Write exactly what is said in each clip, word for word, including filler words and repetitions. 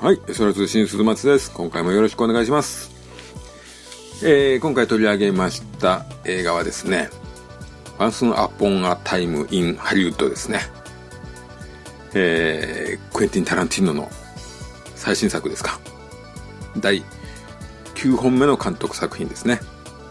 はい、空通信鈴松です。今回もよろしくお願いします。えー、今回取り上げました映画はですね、Once Upon a Time in Hollywood ですね。えー、クエンティン・タランティーノの最新作ですか。だいきゅうほんめの監督作品ですね。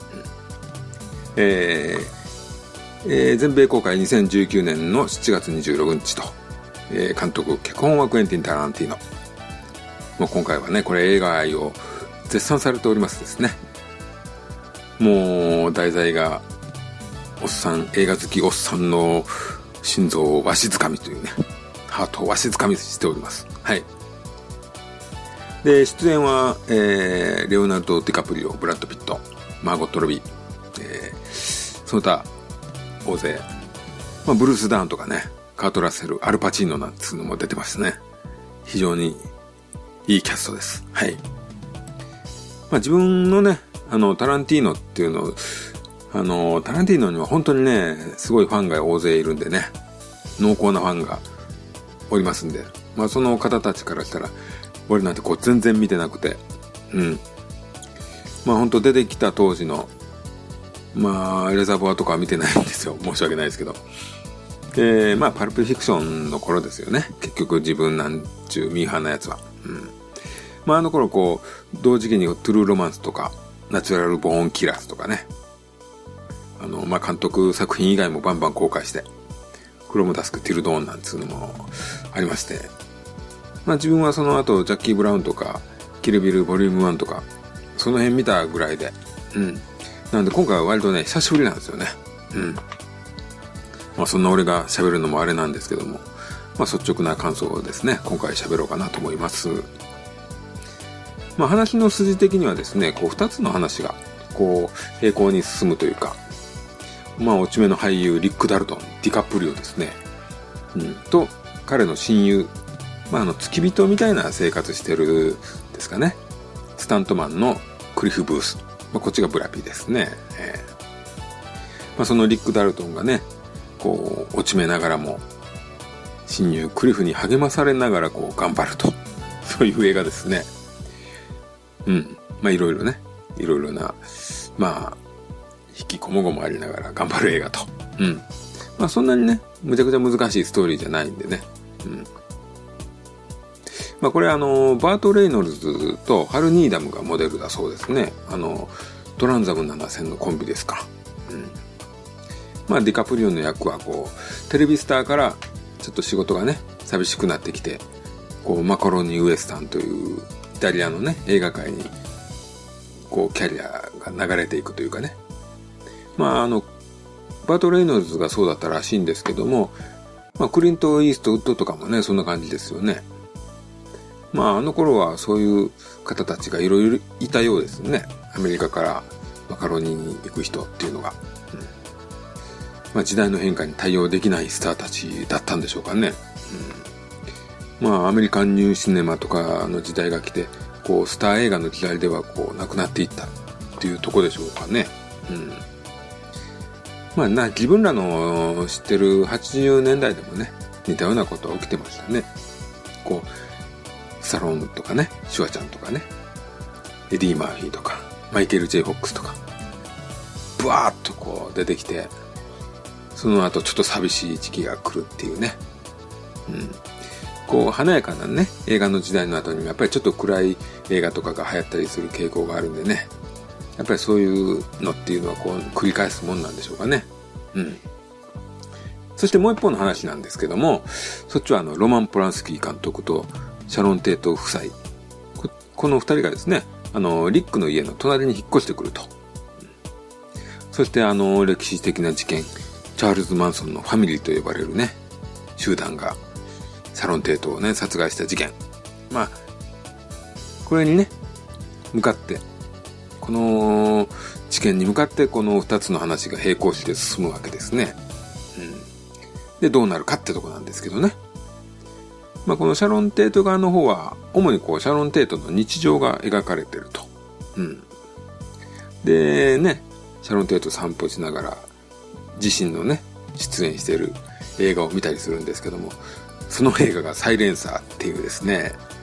えーえー、全米公開にせんじゅうきゅうねんのしちがつにじゅうろくにちと、えー、監督脚本はクエンティン・タランティーノ。もう今回はね、これ映画愛を絶賛されておりますですね。もう題材がおっさん、映画好きおっさんの心臓をわしづかみというね、ハートをわしづかみしております。はい。で、出演は、えー、レオナルド・ディカプリオ、ブラッド・ピット、マーゴット・ロビー、えー、その他大勢、まあ、ブルース・ダーンとかね、カート・ラッセル、アルパチーノなんていうのも出てますね。非常にいいキャストです。はい。まあ、自分のね、あのタランティーノっていうの、あのタランティーノには本当にね、すごいファンが大勢いるんでね、濃厚なファンがおりますんで、まあその方たちからしたら、俺なんてこう全然見てなくて、うん。まあ本当出てきた当時の、まあレザーボアとかは見てないんですよ。申し訳ないですけど。で、まあパルプフィクションの頃ですよね。結局自分なんちゅうミーハーなやつは。うん。まああの頃こう、同時期にトゥルーロマンスとか、ナチュラルボーンキラーズとかね。あの、まあ監督作品以外もバンバン公開して、クロムダスク、ティルドーンなんつうのもありまして、まあ自分はその後、ジャッキー・ブラウンとか、キルビルボリュームワンとか、その辺見たぐらいで、うん。なので今回は割とね、久しぶりなんですよね。うん。まあそんな俺が喋るのもあれなんですけども、まあ率直な感想をですね、今回喋ろうかなと思います。まあ話の筋的にはですね、こう二つの話が、こう、並行に進むというか、まあ落ち目の俳優、リック・ダルトン、ディカプリオですね。うん。と、彼の親友、まああの、付き人みたいな生活してるですかね。スタントマンのクリフ・ブース。まあこっちがブラピですね。えー、まあそのリック・ダルトンがね、こう、落ち目ながらも、親友クリフに励まされながらこう頑張ると。そういう映画ですね。うん。まあいろいろね。いろいろな、まあ、引きこもごもありながら頑張る映画と。うん。まあそんなにね、むちゃくちゃ難しいストーリーじゃないんでね。うん。まあこれあの、バート・レイノルズとハル・ニーダムがモデルだそうですね。あの、トランザムななせんのコンビですか。うん。まあディカプリオの役はこう、テレビスターからちょっと仕事がね、寂しくなってきて、こう、マカロニウエスタンというイタリアのね、映画界に、こう、キャリアが流れていくというかね。まああの、バート・レイノルズがそうだったらしいんですけども、まあクリント・イーストウッドとかもね、そんな感じですよね。まああの頃はそういう方たちがいろいろいたようですね。アメリカからマカロニに行く人っていうのが。うん、まあ時代の変化に対応できないスターたちだったんでしょうかね。うん、まあアメリカンニューシネマとかの時代が来て、こうスター映画の時代ではこうなくなっていったっていうとこでしょうかね。うん、まあな、自分らの知ってるはちじゅうねんだいでもね、似たようなことは起きてましたね。こう、スタローンとかね、シュワちゃんとかね、エディ・マーフィーとか、マイケル・ジェイ・フォックスとか、ブワーッとこう出てきて、その後ちょっと寂しい時期が来るっていうね。うん。こう、華やかなね、映画の時代の後にもやっぱりちょっと暗い映画とかが流行ったりする傾向があるんでね。やっぱりそういうのっていうのはこう繰り返すもんなんでしょうかね。うん。そしてもう一方の話なんですけども、そっちはあのロマン・ポランスキー監督とシャロン・テイト夫妻、こ, この二人がですね、あのリックの家の隣に引っ越してくると。うん、そしてあの歴史的な事件、チャールズ・マンソンのファミリーと呼ばれるね集団がシャロン・テイトをね殺害した事件。まあこれにね向かって。この事件に向かってこの二つの話が並行して進むわけですね。うん、で、どうなるかってとこなんですけどね。まあこのシャロン・テイト側の方は、主にこうシャロン・テイトの日常が描かれてると。うん。でね、シャロン・テイト散歩しながら、自身のね、出演している映画を見たりするんですけども、その映画がサイレンサーっていうですね、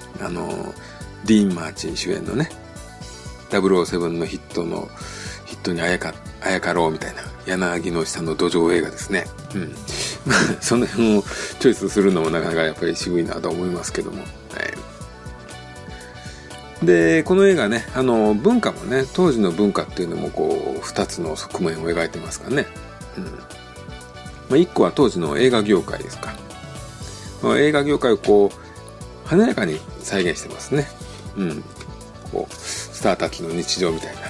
あのディーン・マーチン主演のねダブルオーセブンのヒットのヒットにあやかあやかろうみたいな柳の下の土壌映画ですね。うん。その辺をチョイスするのもなかなかやっぱり渋いなと思いますけども。はい。で、この映画ね、あの文化もね、当時の文化っていうのもこう二つの側面を描いてますからね。うん。まあ一個は当時の映画業界ですか。まあ、映画業界をこう華やかに再現してますね。うん。こうスターたちの日常みたいな。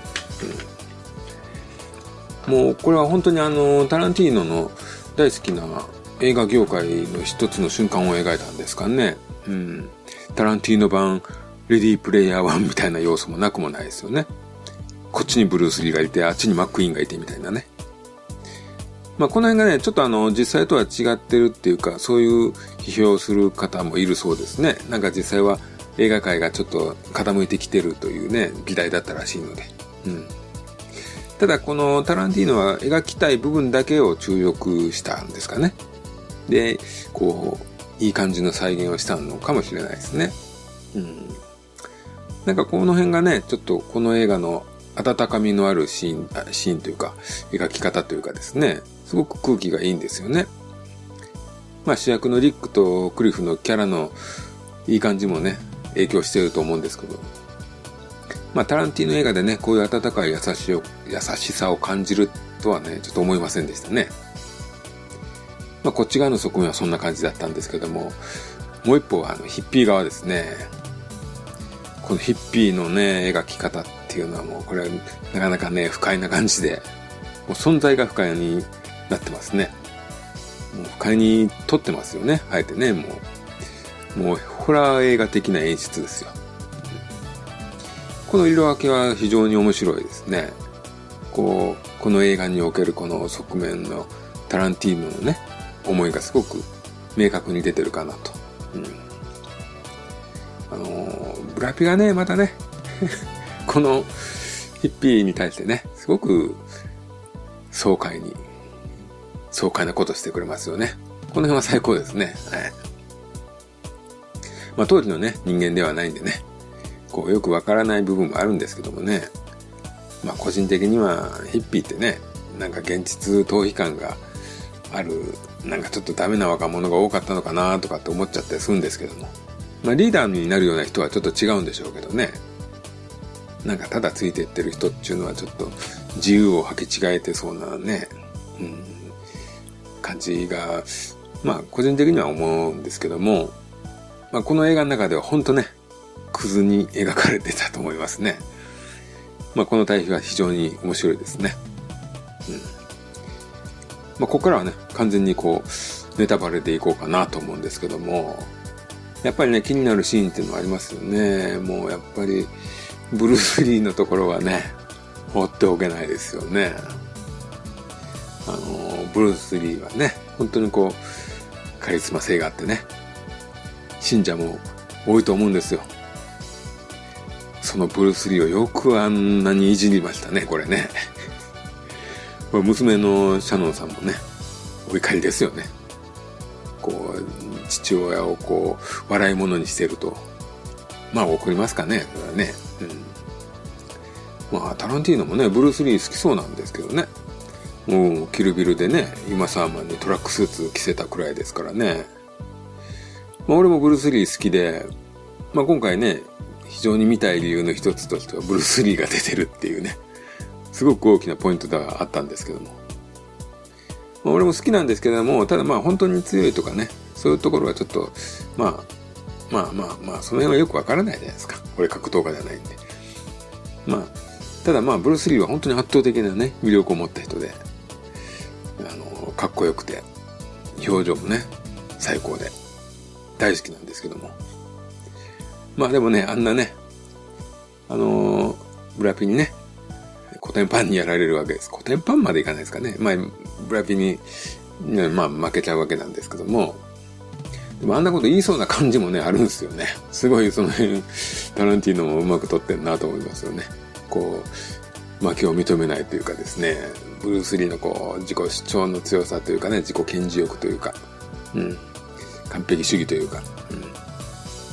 うん、もうこれは本当にあのタランティーノの大好きな映画業界の一つの瞬間を描いたんですかね。うん、タランティーノ版レディープレイヤーワンみたいな要素もなくもないですよね。こっちにブルース・リーがいてあっちにマック・イーンがいてみたいなね。まあこの辺がねちょっとあの実際とは違ってるっていうかそういう批評する方もいるそうですね。なんか実際は映画界がちょっと傾いてきてるというね時代だったらしいので。うん、ただこのタランティーノは描きたい部分だけを注力したんですかね。でこういい感じの再現をしたのかもしれないですね。うん、なんかこの辺がねちょっとこの映画の温かみのあるシーンシーンというか描き方というかですねすごく空気がいいんですよね。まあ主役のリックとクリフのキャラのいい感じもね影響していると思うんですけど、まあタランティーノ映画でねこういう温かい優しを優しさを感じるとはねちょっと思いませんでしたね。まあこっち側の側面はそんな感じだったんですけども、もう一方はあのヒッピー側ですね。このヒッピーのね描き方っていうのはもうこれはなかなかね不快な感じで、もう存在が不快になってますね。もう不快に撮ってますよね。あえてねもうもうホラー映画的な演出ですよ。この色分けは非常に面白いですね。こうこの映画におけるこの側面のタランティーノのね思いがすごく明確に出てるかなと。うん、あのブラピがねまたねこのヒッピーに対してねすごく爽快に爽快なことしてくれますよね。この辺は最高ですね。はい。まあ当時のね人間ではないんでねこうよくわからない部分もあるんですけどもね、まあ個人的にはヒッピーってねなんか現実逃避感があるなんかちょっとダメな若者が多かったのかなとかって思っちゃったりするんですけども、まあリーダーになるような人はちょっと違うんでしょうけどね、なんかただついていってる人っていうのはちょっと自由を履き違えてそうなね、うん、感じがまあ個人的には思うんですけども、まあこの映画の中では本当ねクズに描かれてたと思いますね。まあこの対比は非常に面白いですね。うん。まあここからはね完全にこうネタバレでいこうかなと思うんですけども、やっぱりね気になるシーンっていうのはありますよね。もうやっぱりブルース・リーのところはね放っておけないですよね。あのブルース・リーはね本当にこうカリスマ性があってね信者も多いと思うんですよ。そのブルース・リーをよくあんなにいじりましたねこれね。これ娘のシャノンさんもねお怒りですよね。こう父親をこう笑い物にしてるとまあ怒りますかねそれはね。うん、まあタランティーノもねブルース・リー好きそうなんですけどね、もうキルビルでねユマ・サーマンにトラックスーツ着せたくらいですからね。まあ俺もブルース・リー好きで、まあ今回ね非常に見たい理由の一つとしてはブルース・リーが出てるっていうねすごく大きなポイントではあったんですけども、まあ、俺も好きなんですけども、ただまあ本当に強いとかねそういうところはちょっとまあまあまあまあその辺はよくわからないじゃないですか。俺格闘家じゃないんで。まあただまあブルース・リーは本当に圧倒的なね魅力を持った人で、あのかっこよくて表情もね最高で大好きなんですけども、まあでもねあんなねあのブラピにねコテンパンにやられるわけです。コテンパンまでいかないですかね。まあブラピに、ね、まあ負けちゃうわけなんですけども、でもあんなこと言いそうな感じもねあるんですよね。すごいその辺タランティーノもうまく撮ってんなと思いますよね。こう負けを認めないというかですね、ブルース・リーのこう自己主張の強さというかね、自己顕示欲というか、うん、完璧主義というか、うん、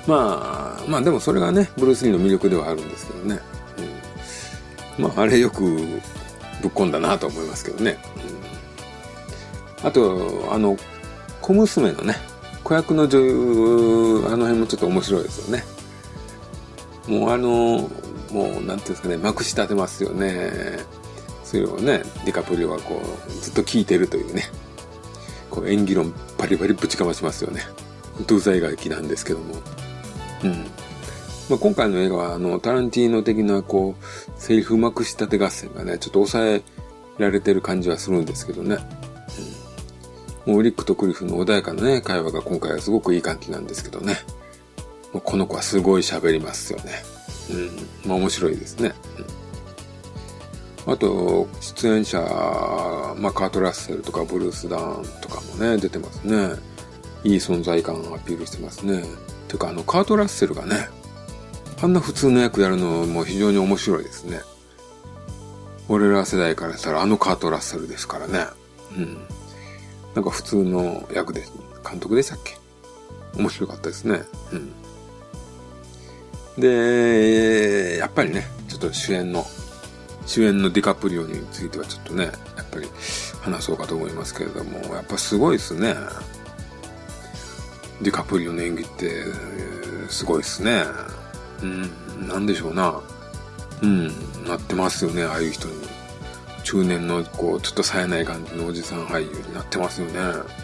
まあまあでもそれがねブルース・リーの魅力ではあるんですけどね、うん、まああれよくぶっ込んだなと思いますけどね、うん、あとあの小娘のね子役の女優、あの辺もちょっと面白いですよね。もうあのもうなんていうんですかね、まくし立てますよね。それをねディカプリオはこうずっと聞いてるというね、こう演技論バリバリぶちかましますよね。同罪がきなんですけども、うん。まあ、今回の映画はあのタランティーノ的なこうセリフまくし立て合戦がねちょっと抑えられてる感じはするんですけどね。もうリックとクリフの穏やかなね会話が今回はすごくいい感じなんですけどね。もうこの子はすごい喋りますよね。うん、まあ面白いですね。うん、あと出演者、まあカート・ラッセルとかブルース・ダーンとかもね出てますね。いい存在感をアピールしてますね。ていうかあのカート・ラッセルがね、あんな普通の役やるのも非常に面白いですね。俺ら世代からしたらあのカート・ラッセルですからね。うん。なんか普通の役で、監督でしたっけ？面白かったですね。うん。で、やっぱりね、ちょっと主演の、主演のディカプリオについてはちょっとね、やっぱり話そうかと思いますけれども、やっぱすごいですね。ディカプリオの演技って、すごいですね。うん、なんでしょうな。うん、なってますよね、ああいう人に。中年のこうちょっと冴えない感じのおじさん俳優になってますよね。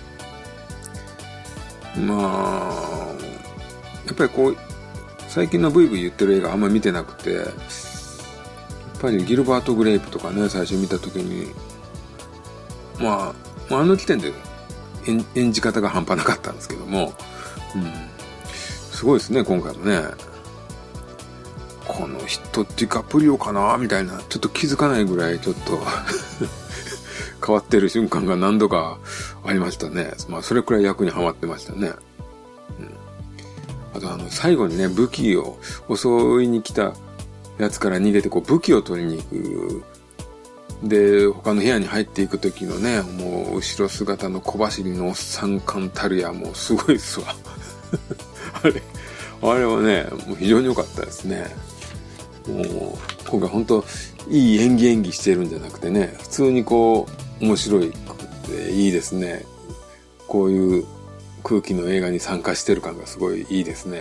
まあやっぱりこう最近のブイブイ言ってる映画あんまり見てなくて、やっぱりギルバート・グレイプとかね最初見た時にまああの時点で 演, 演じ方が半端なかったんですけども、うん、すごいですね今回もね。この人ディカプリオかなみたいな、ちょっと気づかないぐらいちょっと変わってる瞬間が何度かありましたね。まあそれくらい役にはまってましたね。うん、あとあの最後にね武器を襲いに来たやつから逃げてこう武器を取りに行く。で他の部屋に入っていく時のね、もう後ろ姿の小走りのおっさん感たるや、もうすごいっすわあれあれはねもう非常に良かったですね。もう今回本当いい演技演技してるんじゃなくてね、普通にこう面白いっていいですね。こういう空気の映画に参加してる感がすごいいいですね。はい。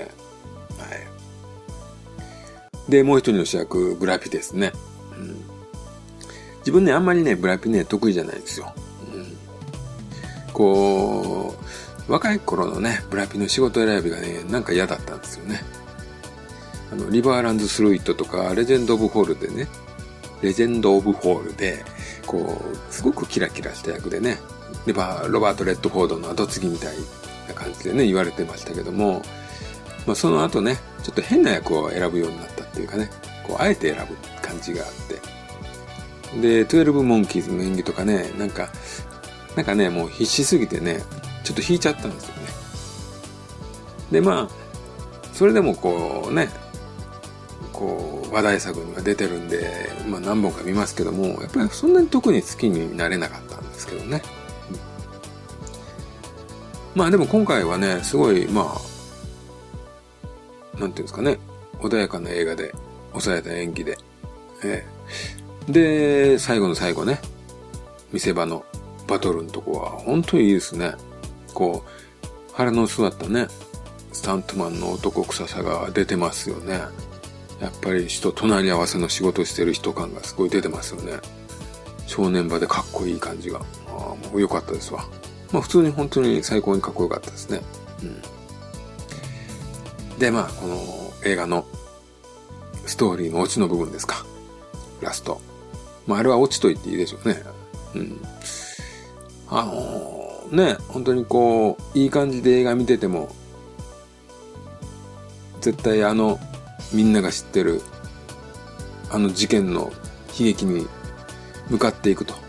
でもう一人の主役ブラピですね。うん、自分ねあんまりねブラピね得意じゃないんですよ。うん、こう若い頃のねブラピの仕事選びがねなんか嫌だったんですよね。あのリバーランズスルイットとかレジェンドオブホールでねレジェンドオブホールでこうすごくキラキラした役でね、リバーロバート・レッドフォードの後継ぎみたいな感じでね言われてましたけども、まあ、その後ねちょっと変な役を選ぶようになったっていうかね、こうあえて選ぶ感じがあって、でトゥエルブモンキーズの演技とかねなんかなんかねもう必死すぎてねちょっと引いちゃったんですよね。でまあそれでもこうねこう話題作には出てるんで、まあ、何本か見ますけども、やっぱりそんなに特に好きになれなかったんですけどね。まあでも今回はねすごいまあなんていうんですかね穏やかな映画で抑えた演技で、ええ、で最後の最後ね見せ場のバトルのとこは本当にいいですね。こう腹の据わったねスタントマンの男臭さが出てますよね。やっぱり人隣り合わせの仕事してる人感がすごい出てますよね。正念場でかっこいい感じが、あもう良かったですわ。まあ普通に本当に最高にかっこよかったですね。うん、でまあこの映画のストーリーのオチの部分ですか、ラスト。まああれはオチと言っていいでしょうね。うん、あのー、ね本当にこういい感じで映画見てても絶対あのみんなが知ってるあの事件の悲劇に向かっていくと、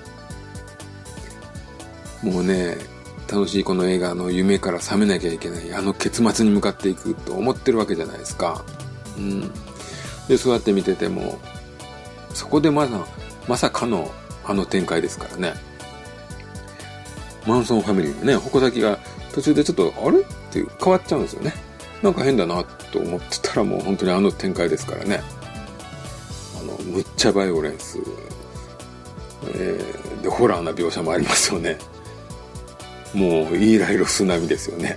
もうね楽しいこの映画の夢から覚めなきゃいけないあの結末に向かっていくと思ってるわけじゃないですか。うん、でそうやって見ててもそこでまさまさかのあの展開ですからね。マンソンファミリーのね矛先が途中でちょっとあれっていう変わっちゃうんですよね。 なんか変だなと思ってたらもう本当にあの展開ですからね。あのむっちゃバイオレンス、えー、でホラーな描写もありますよね。もうイーライロス並みですよね。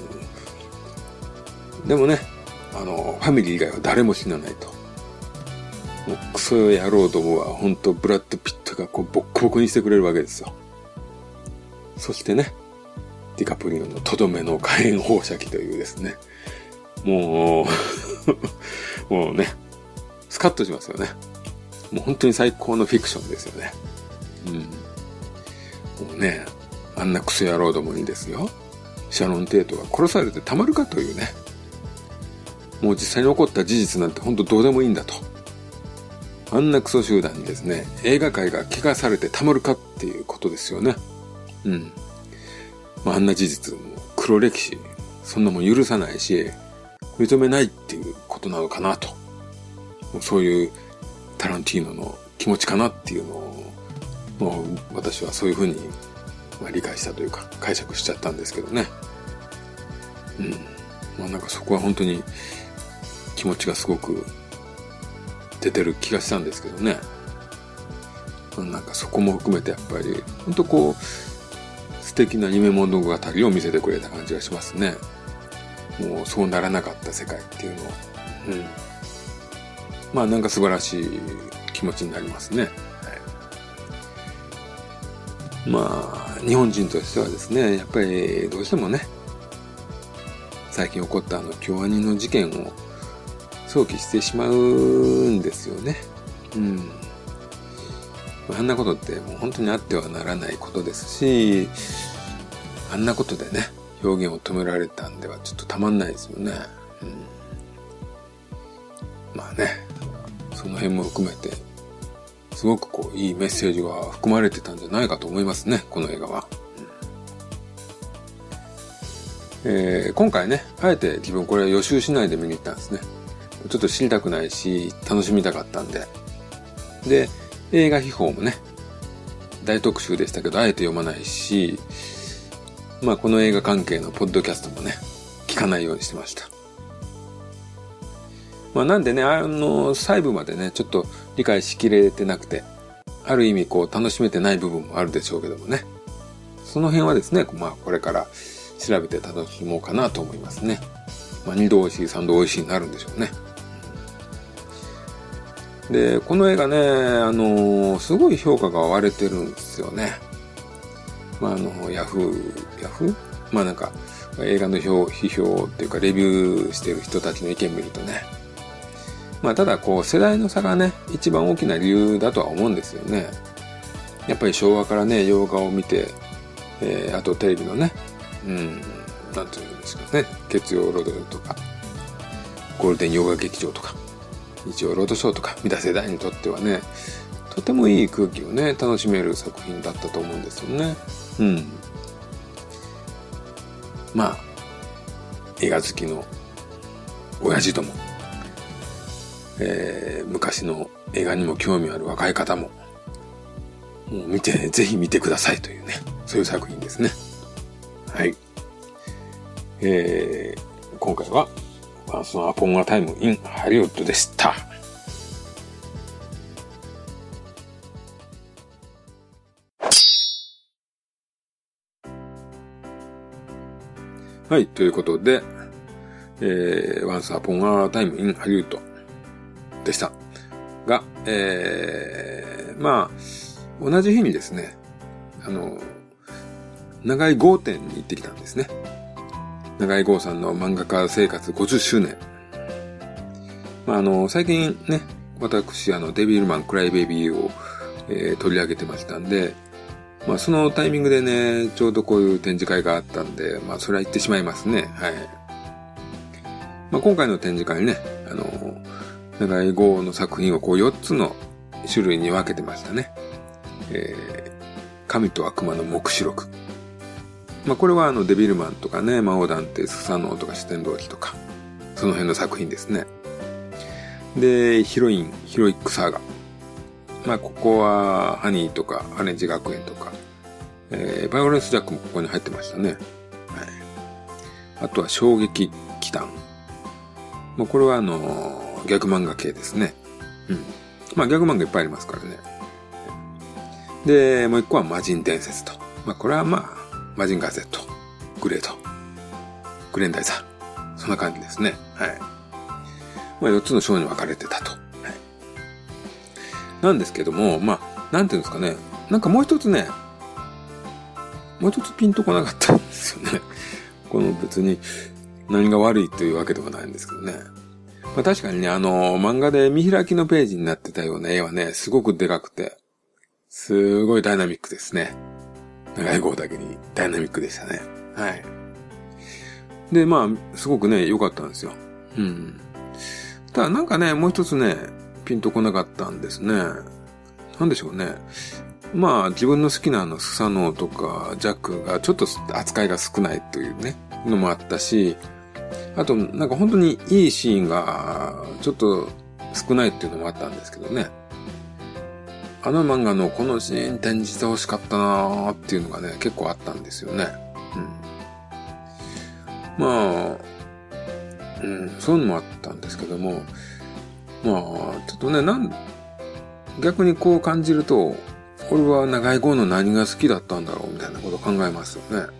でもね、あのファミリー以外は誰も死なないと。もうクソ野郎どもは本当ブラッド・ピットがこうボッコボコにしてくれるわけですよ。そしてね、ディカプリオのとどめの火炎放射器というですね、もうもうねスカッとしますよね。もう本当に最高のフィクションですよね。うん。もうね、あんなクソ野郎どもにですよ、シャロン・テイトが殺されてたまるかというね、もう実際に起こった事実なんて本当どうでもいいんだと。あんなクソ集団にですね、映画界が汚されてたまるかっていうことですよね。うん。まあ、あんな事実、も黒歴史、そんなもん許さないし、認めないっていうことなのかなと。もうそういうタランティーノの気持ちかなっていうのを、もう私はそういうふうに理解したというか解釈しちゃったんですけどね。うん。まあなんかそこは本当に気持ちがすごく出てる気がしたんですけどね。なんかそこも含めてやっぱり本当こう素敵な夢物語を見せてくれた感じがしますね。もうそうならなかった世界っていうのを、うん、まあなんか素晴らしい気持ちになりますね。はい、まあ日本人としてはですね、やっぱりどうしてもね、最近起こったあの京アニの事件を想起してしまうんですよね。うん。あんなことってもう本当にあってはならないことですし、あんなことでね、表現を止められたんではちょっとたまんないですよね。うん、まあね、その辺も含めて、すごくこういいメッセージが含まれてたんじゃないかと思いますね、この映画は。うん、えー、今回ね、あえて自分これ予習しないで見に行ったんですね。ちょっと知りたくないし、楽しみたかったんで。で、映画秘宝もね、大特集でしたけど、あえて読まないし、まあこの映画関係のポッドキャストもね、聞かないようにしてました。まあなんでね、あの、細部までね、ちょっと理解しきれてなくて、ある意味こう楽しめてない部分もあるでしょうけどもね。その辺はですね、まあこれから調べて楽しもうかなと思いますね。まあ二度美味しい三度美味しいになるんでしょうね。で、この映画ね、あの、すごい評価が割れてるんですよね。まあ、あの、ヤフー、ヤフーまあなんか、映画の評批評っていうか、レビューしてる人たちの意見見るとね。まあ、ただ、こう、世代の差がね、一番大きな理由だとは思うんですよね。やっぱり昭和からね、洋画を見て、えー、あとテレビのね、うん、なんていうんですかね、月曜ロードとか、ゴールデン洋画劇場とか、日曜ロードショーとか見た世代にとってはね、とてもいい空気をね楽しめる作品だったと思うんですよね。うん。まあ映画好きの親父ども、えー、昔の映画にも興味ある若い方も、もう見てぜひ見てくださいというね、そういう作品ですね。はい。えー、今回はOnce Upon a Time in Hollywoodでした。はい、ということで、えー、Once Upon a Time in Hollywoodでした。が、えー、まあ、同じ日にですね、あの、長井豪店に行ってきたんですね。長井豪さんの漫画家生活ごじゅっしゅうねん。まあ、あの、最近ね、私、あの、デビルマンクライベビーを、えー、取り上げてましたんで、まあ、そのタイミングでね、ちょうどこういう展示会があったんで、まあ、それは行ってしまいますね。はい。まあ、今回の展示会ね、あの、長井豪の作品をこうよっつの種類に分けてましたね。えー、神と悪魔の黙示録。まあこれはあのデビルマンとかね、魔王団ってスサノオとか四天王記とか、その辺の作品ですね。で、ヒロイン、ヒロイックサーガ。まあここはハニーとかアレンジ学園とか、えー、バイオレンスジャックもここに入ってましたね。はい。あとは衝撃祈祷。 まあ、これはあのー、ギャグ漫画系ですね。うん。まあギャグ漫画いっぱいありますからね。で、もう一個は魔人伝説と。まあこれはまあ、魔人ガー Z、グレート、グレンダイザー。そんな感じですね。はい。まあよっつの章に分かれてたと。はい。なんですけども、まあ、なんていうんですかね。なんかもう一つね、もう一つピンとこなかったんですよね。この別に何が悪いというわけではないんですけどね。まあ確かにね、あの、漫画で見開きのページになってたような絵はね、すごくでかくて、すごいダイナミックですね。長い号だけにダイナミックでしたね。はい。で、まあ、すごくね、良かったんですよ。うん。ただなんかね、もう一つね、ピンとこなかったんですね。なんでしょうね。まあ、自分の好きなあの、スサノオとか、ジャックがちょっと扱いが少ないというね、のもあったし、あと、なんか本当にいいシーンが、ちょっと少ないっていうのもあったんですけどね。あの漫画のこのシーン展示してほしかったなーっていうのがね、結構あったんですよね。うん。まあ、うん、そういうのもあったんですけども、まあ、ちょっとね、なん、逆にこう感じると、俺は長い号の何が好きだったんだろうみたいなことを考えますよね。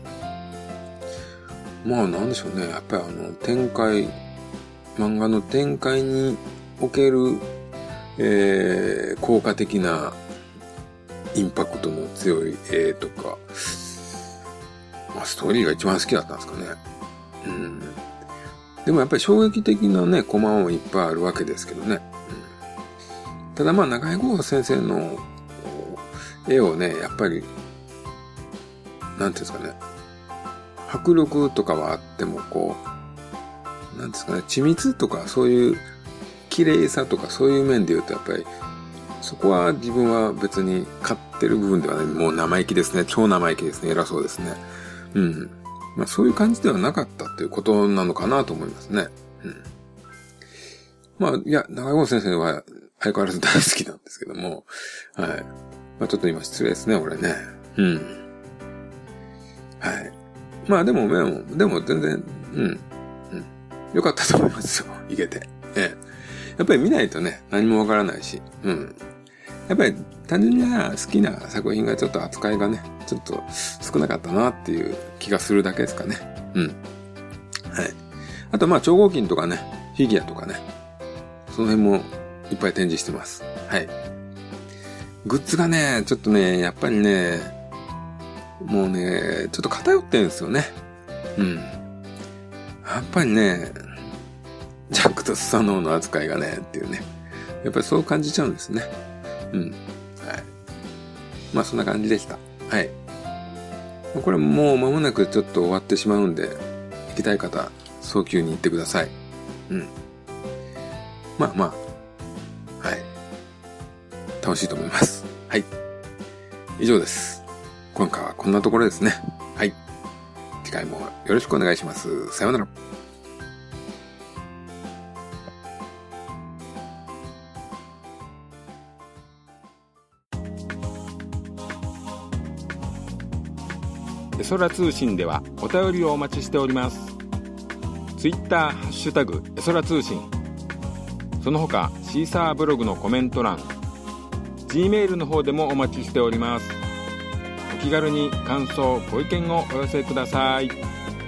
うん。まあなんでしょうね。やっぱりあの、展開、漫画の展開における、えー、効果的なインパクトの強い絵とか、まあストーリーが一番好きだったんですかね。うん。でもやっぱり衝撃的なね、コマもいっぱいあるわけですけどね。うん、ただまあ中井豪先生の絵をね、やっぱり、なんていうんですかね、迫力とかはあってもこう、なんですかね、緻密とかそういう綺麗さとかそういう面で言うとやっぱり、そこは自分は別に買ってる部分ではない、もう生意気ですね、超生意気ですね、偉そうですね。うん。まあそういう感じではなかったということなのかなと思いますね。うん。まあ、いや、中井豪先生は相変わらず大好きなんですけども、はい。まあちょっと今失礼ですね、俺ね。うん。はい。まあでも、でも、でも全然、うん。うん。よかったと思いますよ、いけて。ええ。やっぱり見ないとね、何もわからないし、うん。やっぱり単純に好きな作品がちょっと扱いがね、ちょっと少なかったなっていう気がするだけですかね。うん。はい。あとまあ超合金とかね、フィギュアとかね、その辺もいっぱい展示してます。はい。グッズがね、ちょっとね、やっぱりね、もうね、ちょっと偏ってるんですよね。うん。やっぱりね、ジャックとスサノオの扱いがね、っていうね。やっぱりそう感じちゃうんですね。うん。はい。まあそんな感じでした。はい。これもう間もなくちょっと終わってしまうんで、行きたい方、早急に行ってください。うん。まあまあ、はい。楽しいと思います。はい。以上です。今回はこんなところですね。はい。次回もよろしくお願いします。さようなら。 エソラ通信ではお便りをお待ちしております。ツイッターハッシュタグエソラ通信、その他シーサーブログのコメント欄、G メールの方でもお待ちしております。お気軽に感想ご意見をお寄せください。